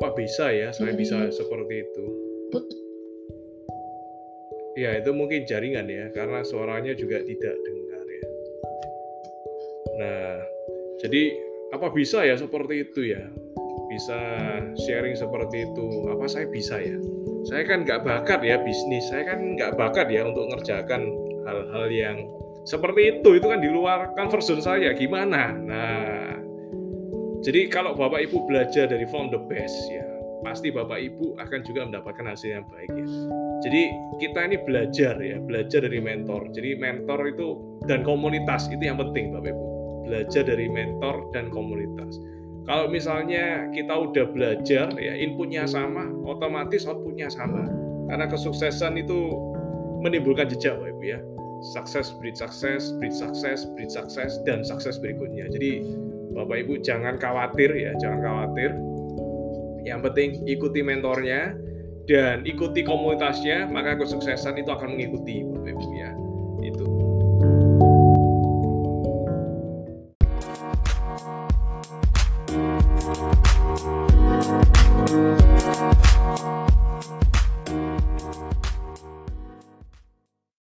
apa bisa ya saya bisa seperti itu? Ya itu mungkin jaringan ya, karena suaranya juga tidak dengar ya. Nah, jadi apa bisa ya seperti itu ya? Bisa sharing seperti itu, apa saya bisa ya? Saya kan nggak bakat ya bisnis, saya kan nggak bakat ya untuk ngerjakan hal-hal yang seperti itu kan di luar comfort zone saya, gimana? Nah, jadi kalau Bapak Ibu belajar dari from the best ya, pasti Bapak Ibu akan juga mendapatkan hasil yang baik ya. Jadi kita ini belajar ya, belajar dari mentor. Jadi mentor itu dan komunitas itu yang penting Bapak Ibu. Belajar dari mentor dan komunitas. Kalau misalnya kita udah belajar ya, inputnya sama, otomatis outputnya sama. Karena kesuksesan itu menimbulkan jejak Bapak Ibu ya. Sukses, breed sukses, breed sukses, breed sukses, dan sukses berikutnya. Jadi Bapak Ibu jangan khawatir ya, jangan khawatir. Yang penting ikuti mentornya dan ikuti komunitasnya, maka kesuksesan itu akan mengikuti Bapak Ibu ya.